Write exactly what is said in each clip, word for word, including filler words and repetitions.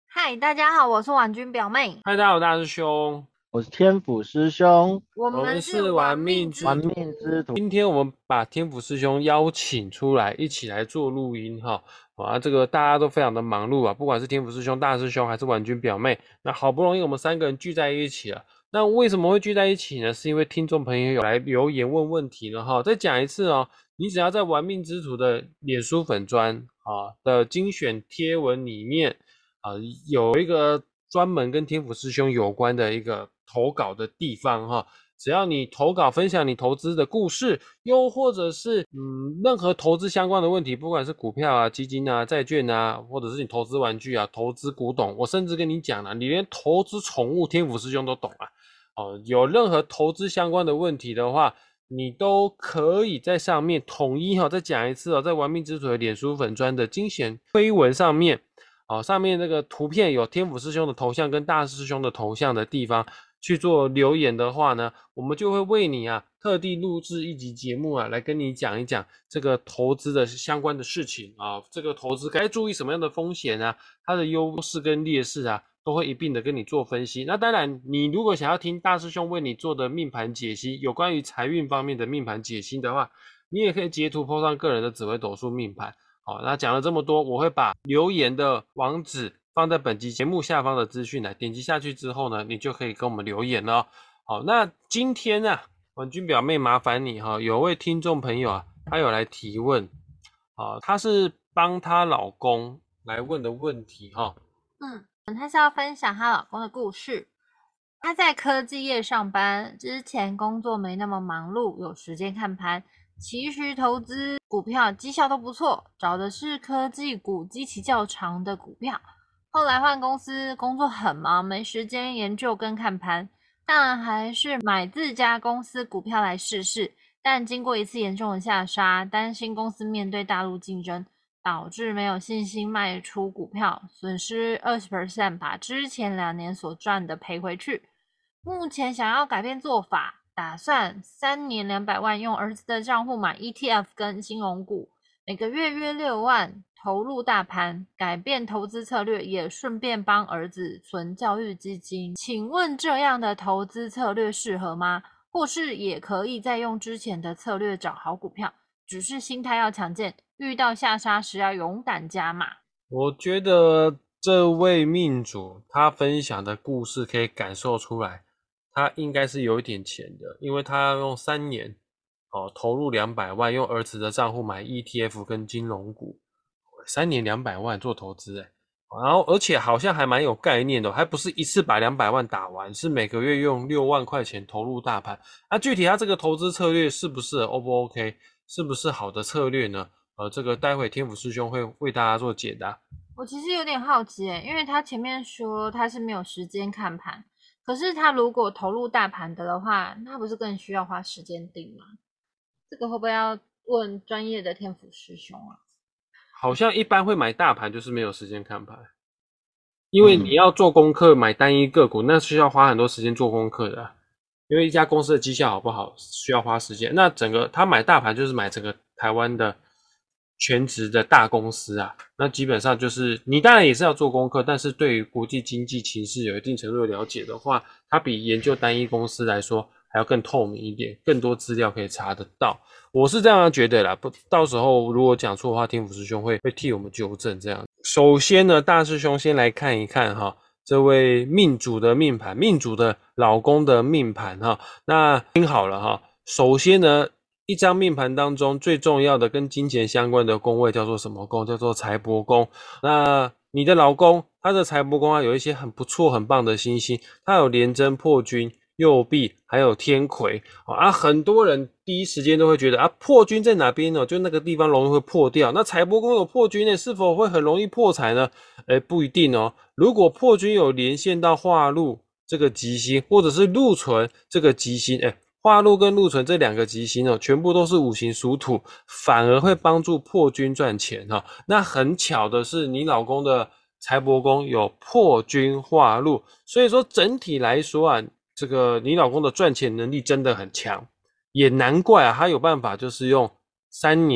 嗨，大家好，我是婉君表妹， 嗨，大家好，大师兄， 我是天府师兄， 我们我们是是玩玩命命之徒。 玩之徒。 命之徒。 今天我们把天府师兄邀请出来，一起来做录音哈。啊，这个大家都非常的忙碌啊，不管是天府师兄、大师兄还是婉君表妹，那好不容易我们三个人聚在一起了。那为什么会聚在一起呢？是因为听众朋友有来留言问问题了哈。再讲一次哦，你只要在玩命之徒的脸书粉专啊的精选贴文里面啊，有一个专门跟天府师兄有关的一个投稿的地方哈。只要你投稿分享你投资的故事，又或者是嗯任何投资相关的问题，不管是股票啊、基金啊、债券啊，或者是你投资玩具啊、投资古董，我甚至跟你讲了，你连投资宠物天府师兄都懂啊。哦，有任何投资相关的问题的话，你都可以在上面统一哈、哦，再讲一次哦，在玩命之徒的脸书粉专的精选推文上面，哦，上面那个图片有天府师兄的头像跟大师兄的头像的地方。去做留言的话呢，我们就会为你啊特地录制一集节目啊，来跟你讲一讲这个投资的相关的事情啊，这个投资该注意什么样的风险啊，它的优势跟劣势啊，都会一并的跟你做分析。那当然，你如果想要听大师兄为你做的命盘解析，有关于财运方面的命盘解析的话，你也可以截图 po 上个人的紫微斗数命盘。好，那讲了这么多，我会把留言的网址放在本集节目下方的资讯栏，点击下去之后呢，你就可以跟我们留言了哦。好，那今天啊，婉君表妹麻烦你哈、哦，有位听众朋友啊，他有来提问，啊，他是帮她老公来问的问题哈、哦。 嗯，她是要分享她老公的故事。她在科技业上班，之前工作没那么忙碌，有时间看盘。其实投资股票绩效都不错，找的是科技股基期较长的股票。后来换公司，工作很忙，没时间研究跟看盘，当然还是买自家公司股票来试试。但经过一次严重的下杀，担心公司面对大陆竞争，导致没有信心卖出股票，损失 百分之二十， 把之前两年所赚的赔回去。目前想要改变做法，打算三年两百万用儿子的账户买 E T F 跟金融股，每个月约六万投入大盘，改变投资策略，也顺便帮儿子存教育基金。请问这样的投资策略适合吗？或是也可以再用之前的策略找好股票，只是心态要强健，遇到下杀时要勇敢加码。 我觉得这位命主他分享的故事可以感受出来，他应该是有一点钱的，因为他要用三年哦投入两百万，用儿子的账户买 E T F 跟金融股，三年两百万做投资诶，然后而且好像还蛮有概念的，还不是一次把两百万打完，是每个月用六万块钱投入大盘。那具体他这个投资策略是不是 O 不 OK， 是不是好的策略呢？呃，这个待会天府师兄会为大家做解答。 我其实有点好奇诶，因为他前面说他是没有时间看盘，可是他如果投入大盘的的话，那不是更需要花时间定吗？这个会不会要问专业的天府师兄啊？ 好像一般会买大盘就是没有时间看盘，因为你要做功课买单一个股，那需要花很多时间做功课的啊，因为一家公司的绩效好不好需要花时间。那整个他买大盘就是买整个台湾的全职的大公司啊，那基本上就是你当然也是要做功课，但是对于国际经济情势有一定程度的了解的话，它比研究单一公司来说还要更透明一点，更多资料可以查得到。我是这样觉得啦，不，到时候如果讲错的话，天府师兄会会替我们纠正。这样，首先呢，大师兄先来看一看哈，这位命主的命盘，命主的老公的命盘哈。那听好了哈，首先呢，一张命盘当中最重要的跟金钱相关的宫位叫做什么宫？叫做财帛宫。那你的老公他的财帛宫啊，有一些很不错、很棒的星星，他有廉贞破军。右弼还有天魁啊，很多人第一时间都会觉得啊，破军在哪边呢？就那个地方容易会破掉。那财帛宫有破军呢，是否会很容易破财呢？诶，不一定哦。如果破军有连线到化禄这个吉星，或者是禄存这个吉星，诶，化禄跟禄存这两个吉星哦，全部都是五行属土，反而会帮助破军赚钱哈、哦。那很巧的是，你老公的财帛宫有破军化禄，所以说整体来说啊。这个你老公的赚钱能力真的很强，也难怪啊，他有办法就是用三年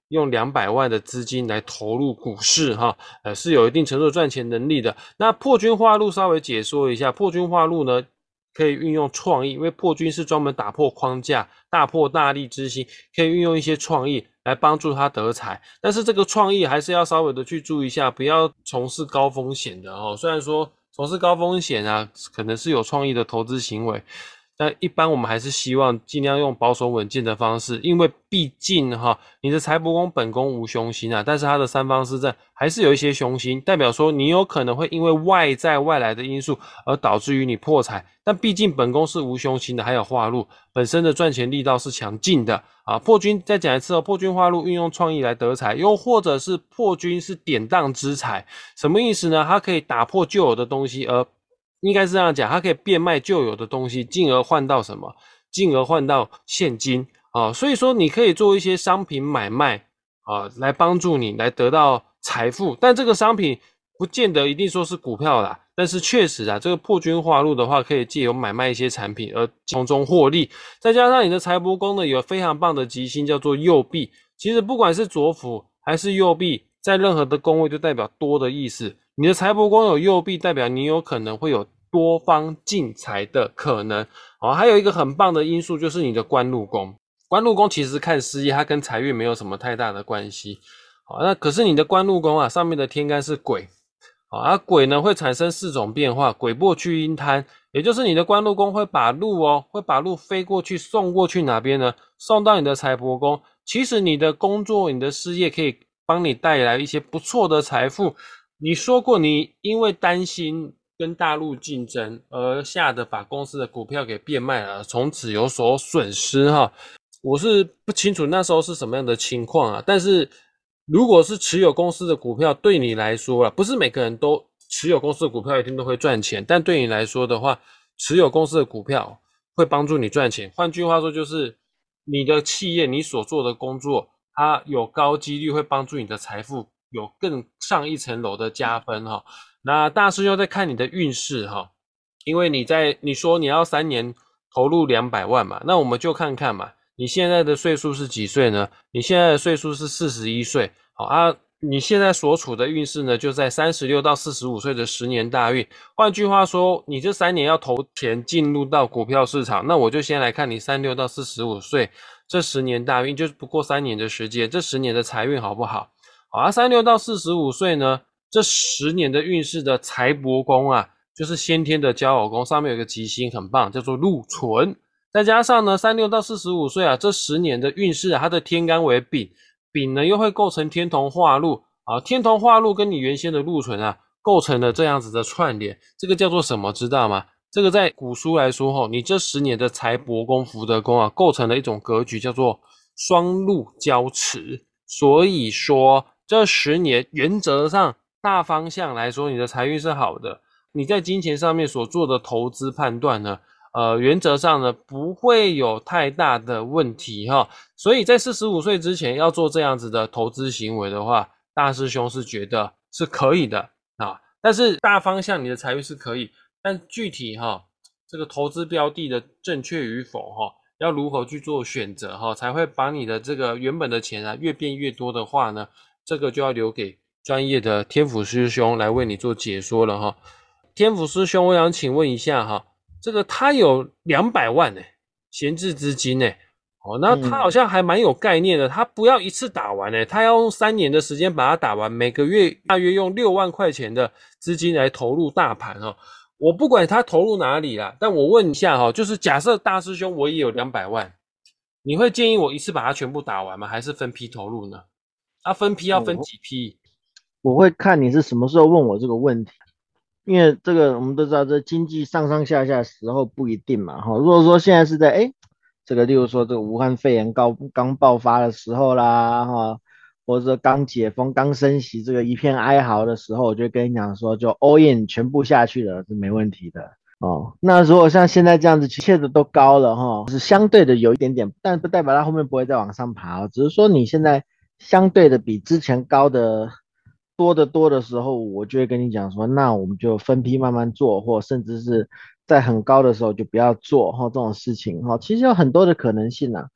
用两百万的资金来投入股市哈，呃是有一定程度的赚钱能力的。那破军化禄稍微解说一下，破军化禄呢可以运用创意，因为破军是专门打破框架、大破大立之心，可以运用一些创意来帮助他得财。但是这个创意还是要稍微的去注意一下，不要从事高风险的哦。虽然说从事高风险啊，可能是有创意的投资行为，但一般我们还是希望尽量用保守稳健的方式，因为毕竟哈，你的财帛宫本宫无凶星啊，但是它的三方四正还是有一些凶星，代表说你有可能会因为外在外来的因素而导致于你破财，但毕竟本宫是无凶星的，还有化禄，本身的赚钱力道是强劲的啊。破军再讲一次哦，破军化禄运用创意来得财，又或者是破军是典当之财，什么意思呢？它可以打破旧有的东西，而应该是这样讲，它可以变卖旧有的东西，进而换到什么？进而换到现金啊。所以说你可以做一些商品买卖啊，来帮助你来得到财富。但这个商品不见得一定说是股票啦，但是确实啊，这个破军化禄的话，可以借由买卖一些产品而从中获利。再加上你的财帛宫呢，有非常棒的吉星叫做右弼。其实不管是左辅还是右弼，在任何的宫位就代表多的意思。你的财帛宫有右弼，代表你有可能会有多方进财的可能。好，还有一个很棒的因素就是你的官禄宫。官禄宫其实看事业，它跟财运没有什么太大的关系。好，那可是你的官禄宫啊，上面的天干是癸。好，而癸呢会产生四种变化，癸破去阴贪，也就是你的官禄宫会把禄哦，会把禄飞过去，送过去哪边呢？送到你的财帛宫。其实你的工作、你的事业可以帮你带来一些不错的财富。你说过你因为担心跟大陆竞争而吓得把公司的股票给变卖了，从此有所损失哈。我是不清楚那时候是什么样的情况啊，但是如果是持有公司的股票，对你来说啊，不是每个人都持有公司的股票一定都会赚钱，但对你来说的话，持有公司的股票会帮助你赚钱。换句话说，就是你的企业你所做的工作，它有高几率会帮助你的财富有更上一层楼的加分哈。那大师兄在看你的运势哈，因为你在你说你要三年投入两百万嘛，那我们就看看嘛，你现在的岁数是几岁呢？你现在的岁数是四十一岁，好啊，你现在所处的运势呢，就在三十六到四十五岁的十年大运。换句话说，你这三年要投钱进入到股票市场，那我就先来看你三十六到四十五岁这十年大运，就是不过三年的时间，这十年的财运好不好？好啊，三十六到四十五岁呢，这十年的运势的财帛宫啊，就是先天的交友宫，上面有个吉星很棒，叫做禄存。再加上呢，三十六到四十五岁啊，这十年的运势啊，它的天干为丙，丙呢又会构成天同化禄啊，天同化禄跟你原先的禄存啊，构成了这样子的串联，这个叫做什么知道吗？这个在古书来说吼，你这十年的财帛宫、福德宫啊，构成了一种格局，叫做双禄交持。所以说这十年原则上大方向来说，你的财运是好的，你在金钱上面所做的投资判断呢，呃，原则上呢不会有太大的问题哈。所以在四十五岁之前要做这样子的投资行为的话，大师兄是觉得是可以的啊。但是大方向你的财运是可以，但具体哈这个投资标的的正确与否哈，要如何去做选择哈，才会把你的这个原本的钱啊越变越多的话呢，这个就要留给专业的天府师兄来为你做解说了哈。天府师兄，我想请问一下哈，这个他有两百万呢、欸，闲置资金呢、欸，哦，那他好像还蛮有概念的，他不要一次打完呢、欸，他要用三年的时间把它打完，每个月大约用六万块钱的资金来投入大盘哦。我不管他投入哪里啦，但我问一下哈，就是假设大师兄我也有两百万，你会建议我一次把它全部打完吗？还是分批投入呢？啊，分批要分几批？ 我会看你是什么时候问我这个问题，因为这个我们都知道，这经济上上下下时候不一定嘛哈。如果说现在是在哎，这个例如说这个武汉肺炎刚刚爆发的时候啦哈，或者说刚解封刚升息这个一片哀嚎的时候，我就跟你讲说，就 all in 全部下去了是没问题的哦。那如果像现在这样子，一切的都高了哈，是相对的有一点点，但不代表它后面不会再往上爬哦，只是说你现在相对的比之前高的多得多的时候，我就会跟你讲说，那我们就分批慢慢做，或甚至是在很高的时候就不要做哈，这种事情哈，其实有很多的可能性啊。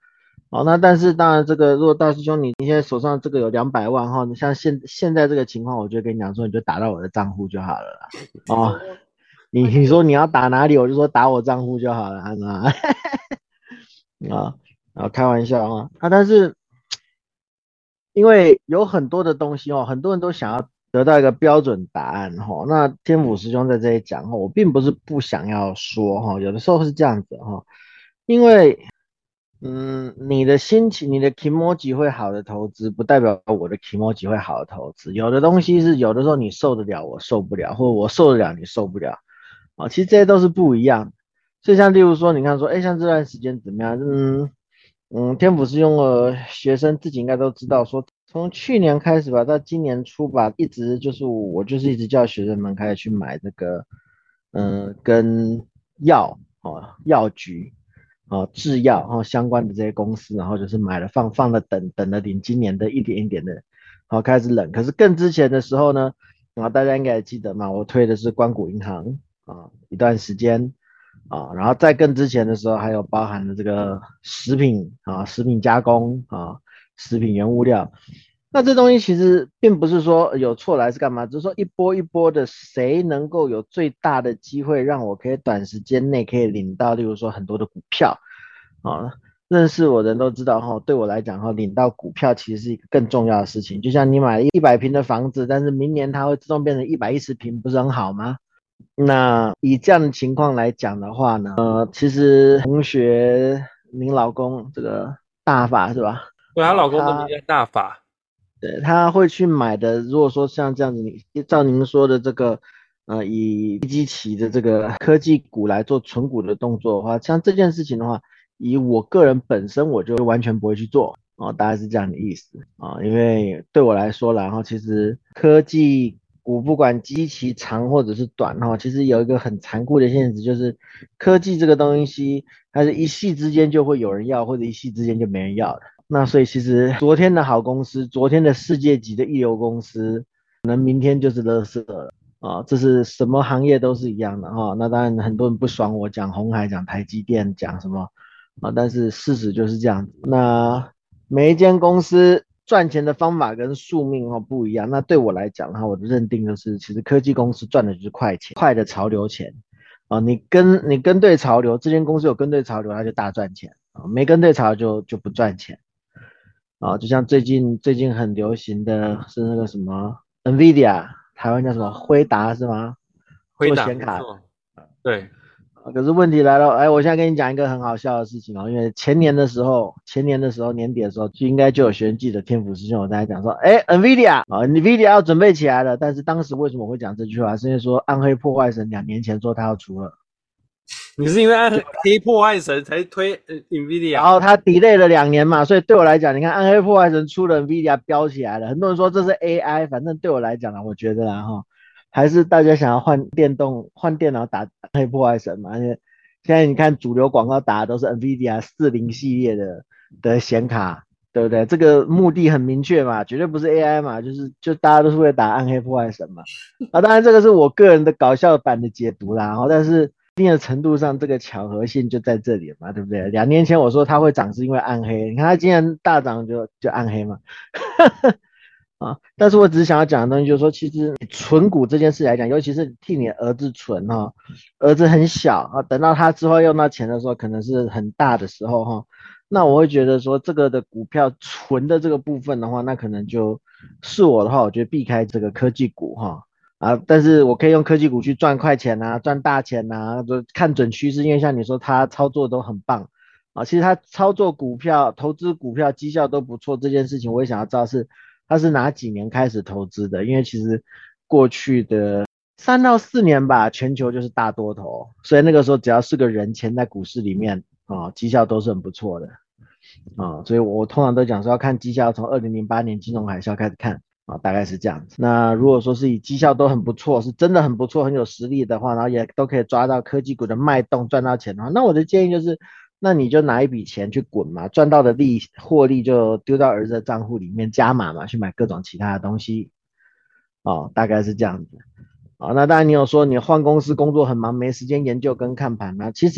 哦，那但是当然，这个如果大师兄你你现在手上这个有两百万哈，你像现现在这个情况，我就跟你讲说，你就打到我的账户就好了啦。哦，你你说你要打哪里，我就说打我账户就好了，啊啊啊，开玩笑啊啊！但是因为有很多的东西哦，很多人都想要得到一个标准答案哈。那天府师兄在这里讲哈，我并不是不想要说哈，有的时候是这样子哈，因为嗯，你的心情、你的 kimoji 会好的投资，不代表我的 kimoji 会好的投资。有的东西是有的时候你受得了，我受不了，或者我受得了，你受不了啊。其实这些都是不一样的。所以像例如说，你看说，哎，像这段时间怎么样？嗯嗯，天府师兄的学生自己应该都知道，说从去年开始吧，到今年初吧，一直就是我就是一直叫学生们开始去买这个，嗯，跟药哦药局。哦，制药然后相关的这些公司，然后就是买了放放了等等了领今年的一点一点的，然后开始冷。可是更之前的时候呢，啊大家应该也记得嘛，我推的是关谷银行啊一段时间啊，然后在更之前的时候还有包含了这个食品啊食品加工啊食品原物料。那这东西其实并不是说有错来是干嘛，只是说一波一波的，谁能够有最大的机会让我可以短时间内可以领到，例如说很多的股票啊，认识我的人都知道哈，对我来讲哈，领到股票其实是一个更重要的事情。就像你买一百平的房子，但是明年它会自动变成一百一十平，不是很好吗？那以这样的情况来讲的话呢，呃，其实同学您老公这个大法是吧？ 对，她啊， 老公的名他叫大法。 对，他会去买的。如果说像这样子，你照您说的这个，呃，以基期的这个科技股来做存股的动作的话，像这件事情的话，以我个人本身我就完全不会去做哦，大概是这样的意思啊。因为对我来说，然后其实科技股不管基期长或者是短哈，其实有一个很残酷的现实，就是科技这个东西，它是一夕之间就会有人要，或者一夕之间就没人要的。那所以其实昨天的好公司，昨天的世界级的一流公司，可能明天就是垃圾了啊！这是什么行业都是一样的哈。那当然很多人不爽我讲红海、讲台积电、讲什么啊，但是事实就是这样子。那每一间公司赚钱的方法跟宿命哦不一样。那对我来讲的话，我的认定就是，其实科技公司赚的就是快钱，快的潮流钱啊。你跟你跟对潮流，这间公司有跟对潮流，它就大赚钱啊；没跟对潮流就就不赚钱。啊，就像最近最近很流行的是那个什么 NVIDIA，台湾叫什么辉达是吗？ 回答做显卡的。 没错。对。 啊可是问题来了，哎，我现在跟你讲一个很好笑的事情哦，因为前年的时候，前年的时候年底的时候，就应该就有学员记得天府师兄，我在讲说，哎，NVIDIA 啊，NVIDIA 要准备起来了，但是当时为什么会讲这句话？是因为说暗黑破坏神两年前说他要出了。 你是因为暗黑破坏神才推呃 NVIDIA？ 然后它 delay 了两年嘛，所以对我来讲，你看暗黑破坏神出了 Nvidia 飙起来了，很多人说这是 A I，反正对我来讲呢，我觉得啦哈，还是大家想要换电动、换电脑打暗黑破坏神嘛，而且现在你看主流广告打的都是 Nvidia 四零系列的的显卡，对不对？这个目的很明确嘛，绝对不是 A I 嘛，就是就大家都是为了打暗黑破坏神嘛。啊，当然这个是我个人的搞笑版的解读啦，然后但是。一定的程度上，这个巧合性就在这里嘛，对不对？两年前我说它会涨是因为暗黑，你看它今年大涨就就暗黑嘛，啊！但是我只是想要讲的东西就是说，其实存股这件事来讲，尤其是替你儿子存哈，儿子很小啊，等到他之后用到钱的时候，可能是很大的时候哈，那我会觉得说这个的股票存的这个部分的话，那可能就是我的话，我觉得避开这个科技股哈。啊，但是我可以用科技股去赚快钱啊，赚大钱啊，就看准趋势，因为像你说他操作都很棒啊，其实他操作股票、投资股票绩效都不错，这件事情我也想要知道是他是哪几年开始投资的，因为其实过去的三到四年吧，全球就是大多头，所以那个时候只要是个人潜在股市里面啊，绩效都是很不错的啊，所以我通常都讲说要看绩效，从二零零八年金融海啸开始看。啊，大概是这样子。那如果说是以绩效都很不错，是真的很不错，很有实力的话，然后也都可以抓到科技股的脉动，赚到钱的话，那我的建议就是，那你就拿一笔钱去滚嘛，赚到的利获利就丢到儿子的账户里面加码嘛，去买各种其他的东西。哦，大概是这样子。啊，那当然你有说你换公司工作很忙，没时间研究跟看盘嘛，其实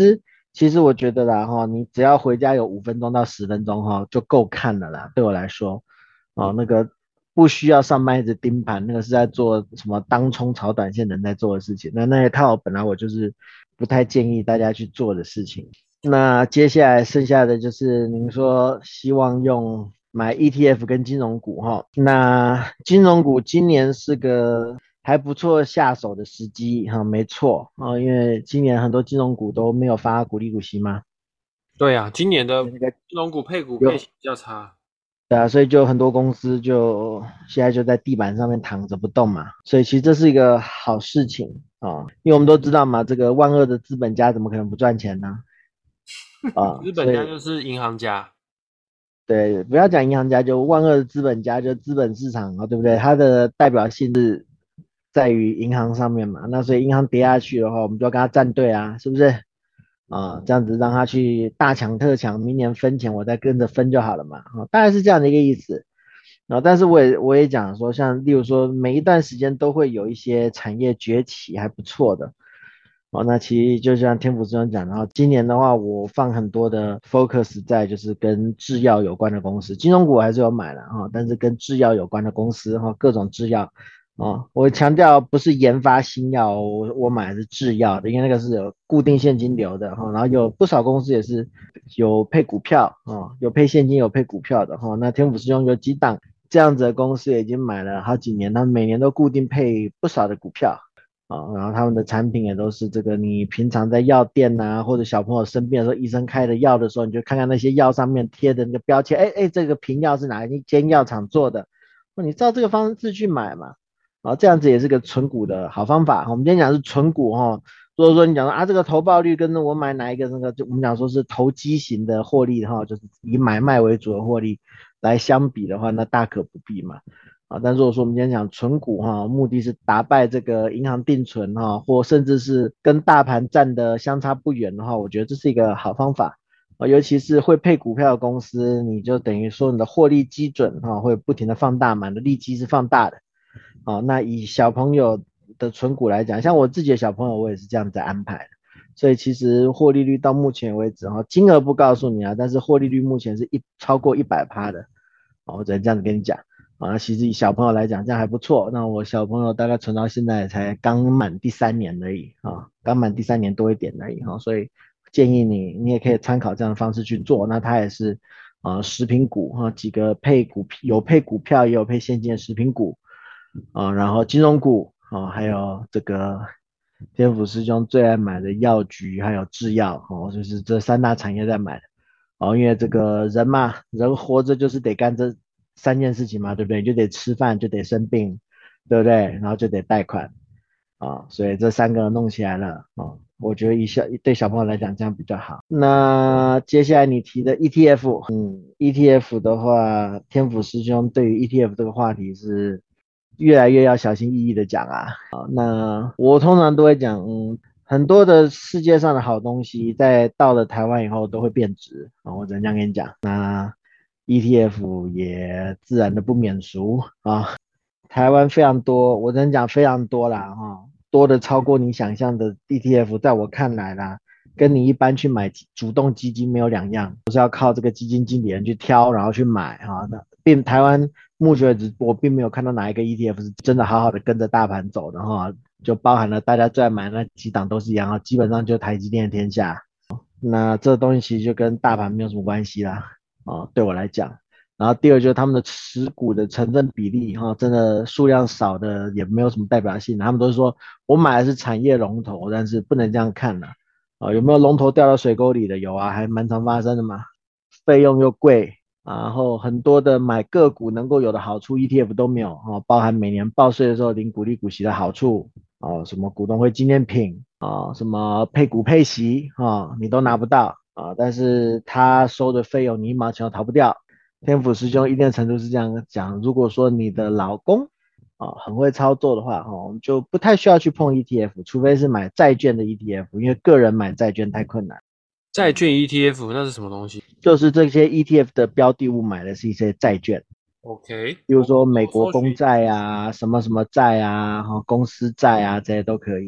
其实我觉得啦哈，你只要回家有五分钟到十分钟哈，就够看了啦。对我来说，哦，那个不需要上班一直盯盘，那个是在做什么当冲炒短线人在做的事情。那那一套本来我就是不太建议大家去做的事情。那接下来剩下的就是您说希望用买 E T F 跟金融股哈，那金融股今年是个还不错下手的时机哈，没错啊，因为今年很多金融股都没有发股利股息嘛， 对啊，今年的那个金融股配股配息有比较差。 对啊，所以就很多公司就现在就在地板上面躺着不动嘛，所以其实这是一个好事情啊，因为我们都知道嘛，这个万恶的资本家怎么可能不赚钱呢？啊， 资本所以家就是银行家。 对，不要讲银行家，就万恶的资本家，就资本市场啊，对不对？它的代表性是在于银行上面嘛，那所以银行跌下去的话，我们就要跟他站队啊，是不是？啊，这样子让他去大抢特抢，明年分钱我再跟着分就好了嘛，啊，大概是这样的一个意思。啊，但是我也我也讲说，像例如说每一段时间都会有一些产业崛起还不错的。哦，那其实就像天府师兄讲的话，今年的话，我放很多的 focus 在就是跟制药有关的公司，金融股我还是有买了哈，但是跟制药有关的公司哈，各种制药啊，我强调不是研发新药，我我买的是制药的，因为那个是有固定现金流的哈，然后有不少公司也是有配股票啊，有配现金有配股票的哈，那天府师兄有几档这样子的公司已经买了好几年，他们每年都固定配不少的股票。啊，然后他们的产品也都是这个，你平常在药店呐、或者小朋友生病的时候，医生开的药的时候，你就看看那些药上面贴的那个标签，哎哎，这个瓶药是哪一间药厂做的？那你照这个方式去买嘛，啊，这样子也是个存股的好方法。我们今天讲是存股哈，如果说你讲说啊，这个投报率跟我买哪一个那个，就我们讲说是投机型的获利哈，就是以买卖为主的获利来相比的话，那大可不必嘛。啊，但如果说我们今天讲存股哈，目的是打败这个银行定存哈，或甚至是跟大盘站的相差不远的话，我觉得这是一个好方法啊，尤其是会配股票的公司，你就等于说你的获利基准哈会不停的放大嘛，你的利基是放大的。啊，那以小朋友的存股来讲，像我自己的小朋友，我也是这样子安排的，所以其实获利率到目前为止哈，金额不告诉你啊，但是获利率目前是一超过一百趴的，啊，我只能这样子跟你讲。啊，其实以小朋友来讲，这样还不错。那我小朋友大概存到现在才刚满第三年而已啊，刚满第三年多一点而已哈，所以建议你，你也可以参考这样的方式去做。那它也是啊，食品股哈，几个配股有配股票也有配现金的食品股啊，然后金融股啊，还有这个天府师兄最爱买的药局，还有制药哦，就是这三大产业在买的。哦，因为这个人嘛，人活着就是得干这三件事情嘛，对不对？就得吃饭，就得生病，对不对？然后就得贷款啊，所以这三个弄起来了啊，我觉得一小对小朋友来讲这样比较好。那接下来你提的 E T F，嗯，E T F 的话，天府师兄对于 E T F 这个话题是越来越要小心翼翼的讲啊。啊，那我通常都会讲，嗯。很多的世界上的好东西，在到了台湾以后都会变质啊，我只能这样跟你讲。那 E T F 也自然的不免俗啊，台湾非常多，我只能讲非常多啦哈，多的超过你想象的 E T F，在我看来啦，跟你一般去买主动基金没有两样，都是要靠这个基金经理人去挑，然后去买哈。那并台湾目前为止，我并没有看到哪一个 E T F 是真的好好的跟着大盘走的哈，就包含了大家最爱买那几档都是一样啊，基本上就台积电的天下。那这东西其实就跟大盘没有什么关系啦，啊，对我来讲。然后第二就是他们的持股的成分比例哈，真的数量少的也没有什么代表性。他们都是说我买的是产业龙头，但是不能这样看了。啊，有没有龙头掉到水沟里的？有啊，还蛮常发生的嘛。费用又贵，然后很多的买个股能够有的好处 E T F 都没有啊，包含每年报税的时候领股利股息的好处啊，什么股东会纪念品啊，什么配股配息啊，你都拿不到啊，但是他收的费用你一毛钱都逃不掉。天府师兄一定程度是这样讲，如果说你的老公啊很会操作的话，哈、哦，就不太需要去碰 E T F，除非是买债券的 E T F，因为个人买债券太困难。 债券 E T F 那是什么东西就是这些 E T F 的标的物买的是一些债券， ？OK， 比如我说美国我搜寻公债啊，什么什么债啊，哈，公司债啊，这些都可以。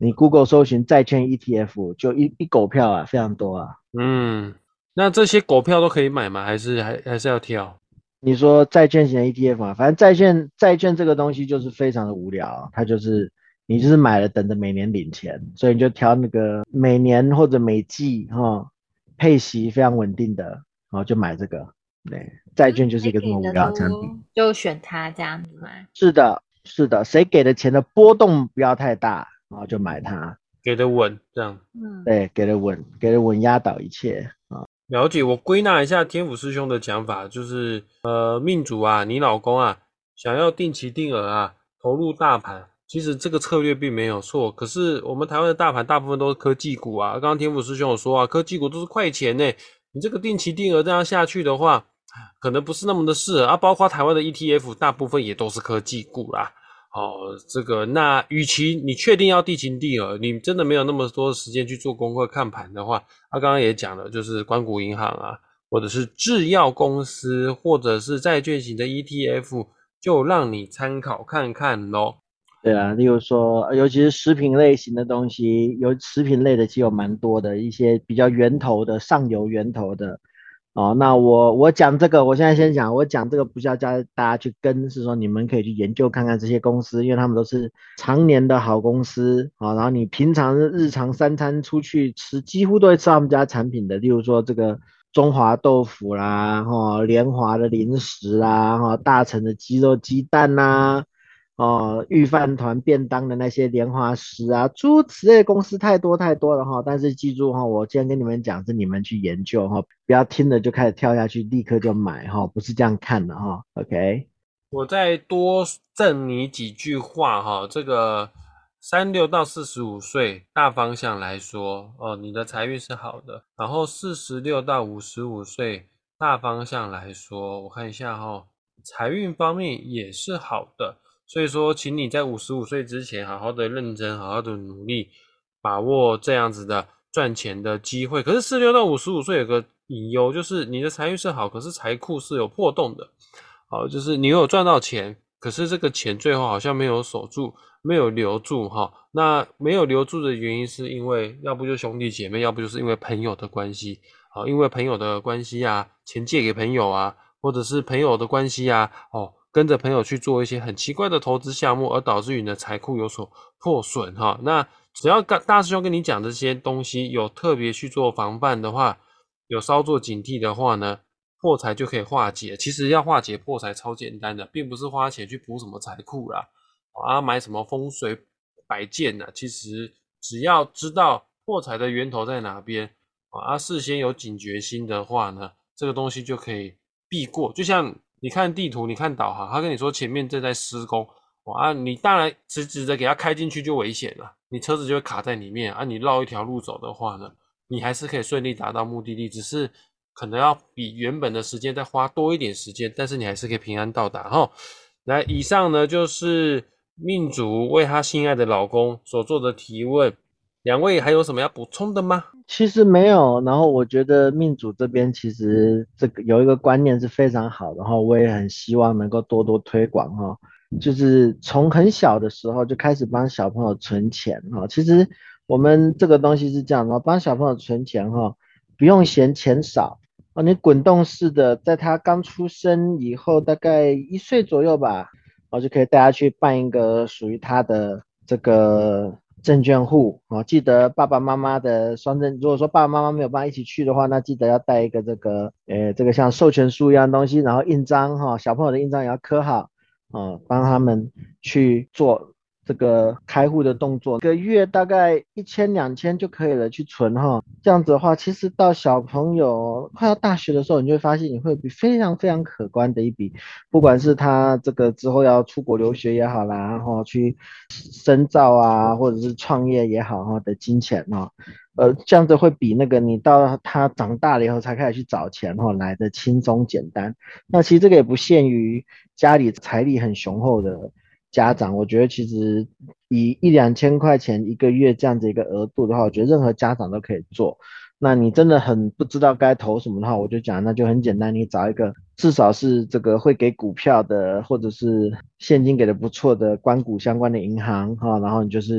你 Google 搜寻债券 E T F 就一一狗票啊，非常多啊。 嗯，那这些狗票都可以买吗？还是还还是要挑？ 你说债券型的 E T F 啊，反正债券债券这个东西就是非常的无聊，它就是你就是买了等着每年领钱，所以你就挑那个每年或者每季哈、哦、配息非常稳定的，然后就买这个。对，债券就是一个这么无谁给的聊的产品。 都就选它这样子吗？ 是的，是的，谁给的钱的波动不要太大，然后就买它。 给的稳，这样。 嗯， 对，给了稳，给了稳压倒一切啊。 了解，我归纳一下天府师兄的讲法，就是呃，命主啊，你老公啊，想要定期定额啊，投入大盘，其实这个策略并没有错。可是我们台湾的大盘大部分都是科技股啊，刚刚天府师兄有说啊，科技股都是快钱呢，你这个定期定额这样下去的话，可能不是那么的适合啊。包括台湾的 E T F 大部分也都是科技股啦。哦，这个那与其你确定要定期定额，你真的没有那么多时间去做功课看盘的话，他刚刚也讲了，就是官股银行啊，或者是制药公司，或者是债券型的 E T F，就让你参考看看咯。 对啊，例如说，尤其是食品类型的东西，有食品类的其实有蛮多的一些比较源头的上游源头的。哦，那我我讲这个，我现在先讲，我讲这个不是要教大家去跟，是说你们可以去研究看看这些公司，因为他们都是常年的好公司啊、哦。然后你平常日常三餐出去吃，几乎都会吃他们家产品的，例如说这个中华豆腐啦，哈、哦，联华的零食啦，哈、哦，大成的鸡肉鸡蛋啦。哦，御饭团便当的那些莲花师啊，诸如此类的公司太多太多了哈。但是记住哈，我今天跟你们讲是你们去研究哈，不要听了就开始跳下去，立刻就买哈，不是这样看的哈。OK， 我再多赠你几句话哈，这个三六到四十五岁大方向来说，哦，你的财运是好的。然后四十六到五十五岁大方向来说，我看一下哈，财运方面也是好的。所以说，请你在五十五岁之前好好的认真，好好的努力，把握这样子的赚钱的机会。可是四十六到五十五岁有个隐忧，就是你的财运是好，可是财库是有破洞的。好，就是你有赚到钱，可是这个钱最后好像没有守住，没有留住哈。那没有留住的原因是因为要不就兄弟姐妹，要不就是因为朋友的关系。好，因为朋友的关系啊，钱借给朋友啊，或者是朋友的关系啊，哦。跟着朋友去做一些很奇怪的投资项目，而导致于你的财库有所破损哈。那只要大师兄跟你讲这些东西，有特别去做防范的话，有稍作警惕的话呢，破财就可以化解。其实要化解破财超简单的，并不是花钱去补什么财库啦，啊买什么风水摆件啊，其实只要知道破财的源头在哪边啊，事先有警觉心的话呢，这个东西就可以避过。就像你看地图，你看导航，他跟你说前面正在施工，啊，你当然直直的给他开进去就危险了，你车子就会卡在里面啊。你绕一条路走的话呢，你还是可以顺利达到目的地，只是可能要比原本的时间再花多一点时间，但是你还是可以平安到达哈。来，以上呢就是命主为她心爱的老公所做的提问，两位还有什么要补充的吗？ 其实没有，然后我觉得命主这边其实这个有一个观念是非常好的，然后我也很希望能够多多推广哈，就是从很小的时候就开始帮小朋友存钱哈。其实我们这个东西是这样的，帮小朋友存钱哈，不用嫌钱少哦，你滚动式的，在他刚出生以后，大概一岁左右吧，我就可以带他去办一个属于他的这个证券户哦，记得爸爸妈妈的双证，如果说爸爸妈妈没有办法一起去的话，那记得要带一个这个，呃，这个像授权书一样的东西，然后印章哈、哦，小朋友的印章也要刻好，哦，帮他们去做这个开户的动作，一个月大概一千两千就可以了，去存哈。这样子的话，其实到小朋友快要大学的时候，你就会发现你会有笔非常非常可观的一笔，不管是他这个之后要出国留学也好啦，然后去深造啊，或者是创业也好哈的金钱哈。呃，这样子会比那个你到他长大了以后才开始去找钱哈来的轻松简单。那其实这个也不限于家里财力很雄厚的家长，我觉得其实以一两千块钱一个月这样子一个额度的话，我觉得任何家长都可以做。那你真的很不知道该投什么的话，我就讲那就很简单，你找一个至少是这个会给股票的，或者是现金给的不错的关股相关的银行哈，然后你就是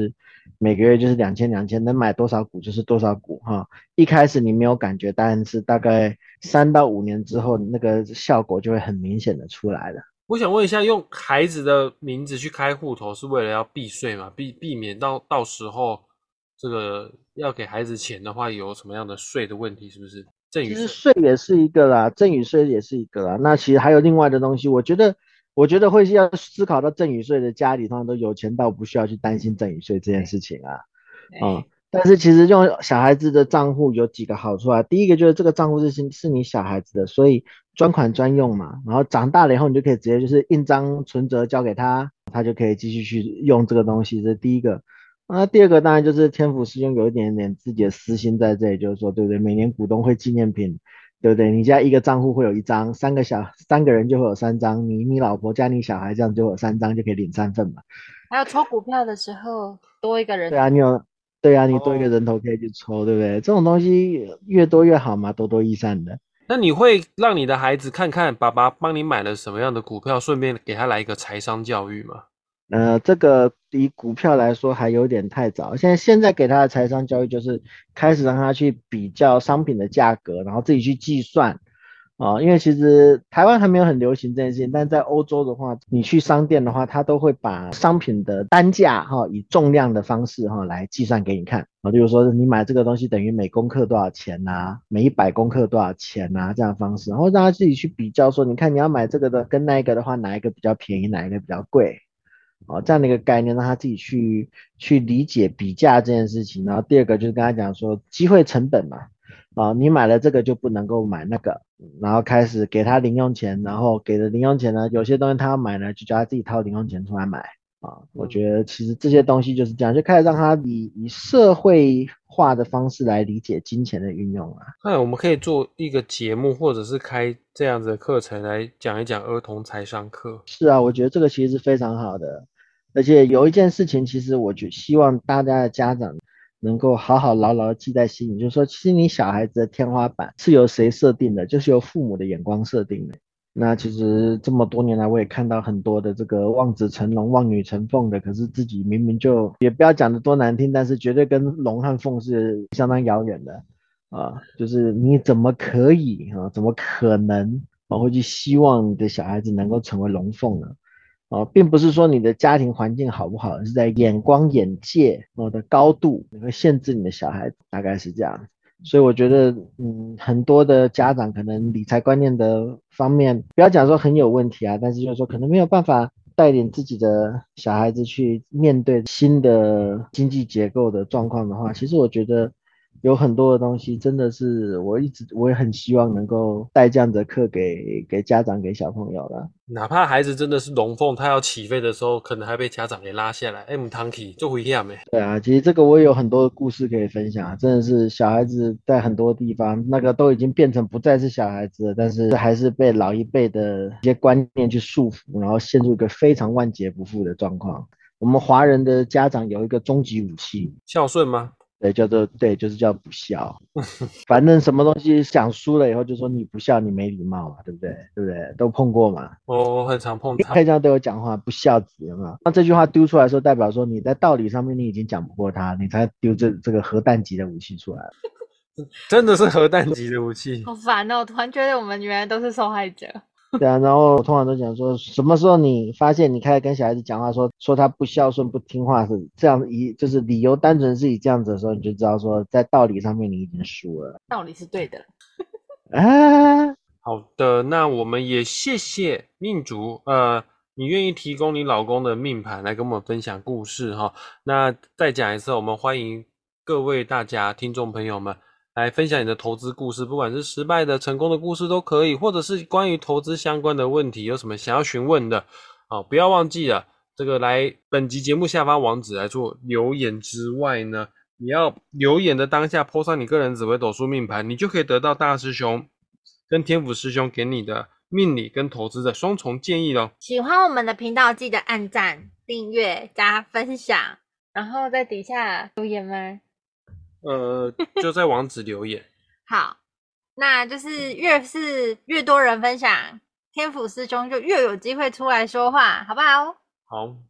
每个月就是两千两千，能买多少股就是多少股哈。一开始你没有感觉，但是大概三到五年之后，那个效果就会很明显的出来了。 我想问一下，用孩子的名字去开户头是为了要避税吗？避避免到到时候这个要给孩子钱的话，有什么样的税的问题？是不是赠与其实税？ 税也是一个啦，赠与税也是一个啦。那其实还有另外的东西，我觉得，我觉得会要思考到赠与税的家里，通常都有钱到不需要去担心赠与税这件事情啊。嗯，但是其实用小孩子的账户有几个好处啊。第一个就是这个账户是是是你小孩子的，所以专款专用嘛。然后长大了以后，你就可以直接就是印章存折交给他，他就可以继续去用这个东西，这是第一个。那第二个当然就是天府师兄有一点点自己的私心在这里，就是说，对不对？每年股东会纪念品，对不对？你家一个账户会有一张，三个小三个人就会有三张，你你老婆加你小孩这样就会有三张，就可以领三份嘛。 还有抽股票的时候多一个人对啊，你有，对啊，你多一个哦， 人头可以去抽，对不对？这种东西越多越好嘛，多多益善的。 那你会让你的孩子看看爸爸帮你买了什么样的股票，顺便给他来一个财商教育吗？ 呃，这个以股票来说还有点太早。现在现在给他的财商教育就是开始让他去比较商品的价格，然后自己去计算啊、因为其实台湾还没有很流行这件事情，但在欧洲的话，你去商店的话，他都会把商品的单价哈、以重量的方式哈、来计算给你看啊。例如说你买这个东西等于每公克多少钱呐、每一百公克多少钱呐、这样的方式，然后让他自己去比较说，你看你要买这个的跟那个的话，哪一个比较便宜，哪一个比较贵。哦，这样的一个概念，让他自己去去理解比价这件事情。然后第二个就是跟他讲说机会成本嘛，啊，你买了这个就不能够买那个，然后开始给他零用钱，然后给了零用钱呢，有些东西他要买呢，就叫他自己掏零用钱出来买。啊，我嗯， 觉得其实这些东西就是这样，就开始让他以以社会化的方式来理解金钱的运用啊。 那我们可以做一个节目，或者是开这样子的课程来讲一讲儿童财商课。 是啊，我觉得这个其实是非常好的，而且有一件事情，其实我就希望大家的家长能够好好牢牢地记在心里，就是说，其实你小孩子的天花板是由谁设定的，就是由父母的眼光设定的。那其实这么多年来，我也看到很多的这个望子成龙、望女成凤的，可是自己明明就也不要讲的多难听，但是绝对跟龙和凤是相当遥远的啊。就是你怎么可以啊？怎么可能？我会去希望你的小孩子能够成为龙凤呢？哦，并不是说你的家庭环境好不好，而是在眼光眼界哦的高度，你会限制你的小孩子，大概是这样。所以我觉得，嗯，很多的家长可能理财观念的方面，不要讲说很有问题啊，但是就是说可能没有办法带领自己的小孩子去面对新的经济结构的状况的话，其实我觉得有很多的东西真的是我一直我也很希望能够带这样的课给给家长给小朋友了。 哪怕孩子真的是龙凤，他要起飞的时候，可能还被家长给拉下来。哎，母汤体做危险没？ 对啊，其实这个我也有很多的故事可以分享啊，真的是小孩子在很多地方那个都已经变成不再是小孩子了，但是还是被老一辈的一些观念去束缚，然后陷入一个非常万劫不复的状况。我们华人的家长有一个终极武器， 孝顺吗？ 对，叫做对，就是叫不孝。反正什么东西想输了以后，就说你不孝，你没礼貌嘛，对不对？对不对？都碰过嘛。 我很常碰到。 可以这样对我讲话，不孝子有没有？那这句话丢出来的时候，代表说你在道理上面你已经讲不过他，你才丢这这个核弹级的武器出来。 真的是核弹级的武器。 好烦哦！我突然觉得我们原来都是受害者。 对啊，然后我通常都讲说，什么时候你发现你开始跟小孩子讲话说说他不孝顺、不听话是这样以就是理由单纯是以这样子的时候，你就知道说在道理上面你已经输了道理是对的。 啊。 好的，那我们也谢谢命主，呃，你愿意提供你老公的命盘来跟我们分享故事哈。那再讲一次，我们欢迎各位大家听众朋友们来分享你的投资故事，不管是失败的、成功的故事都可以，或者是关于投资相关的问题，有什么想要询问的，好，不要忘记了这个来本集节目下方网址来做留言之外呢，你要留言的当下 po 上你个人紫微斗数命盘，你就可以得到大师兄跟天府师兄给你的命理跟投资的双重建议咯。 喜欢我们的频道，记得按赞、订阅、加分享，然后在底下留言吗？ 呃，就在网址留言。 好，那就是越是越多人分享，天府师兄就越有机会出来说话，好不好？ 好。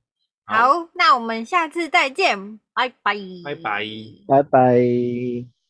好，那我们下次再见，拜拜， 拜拜。 拜拜。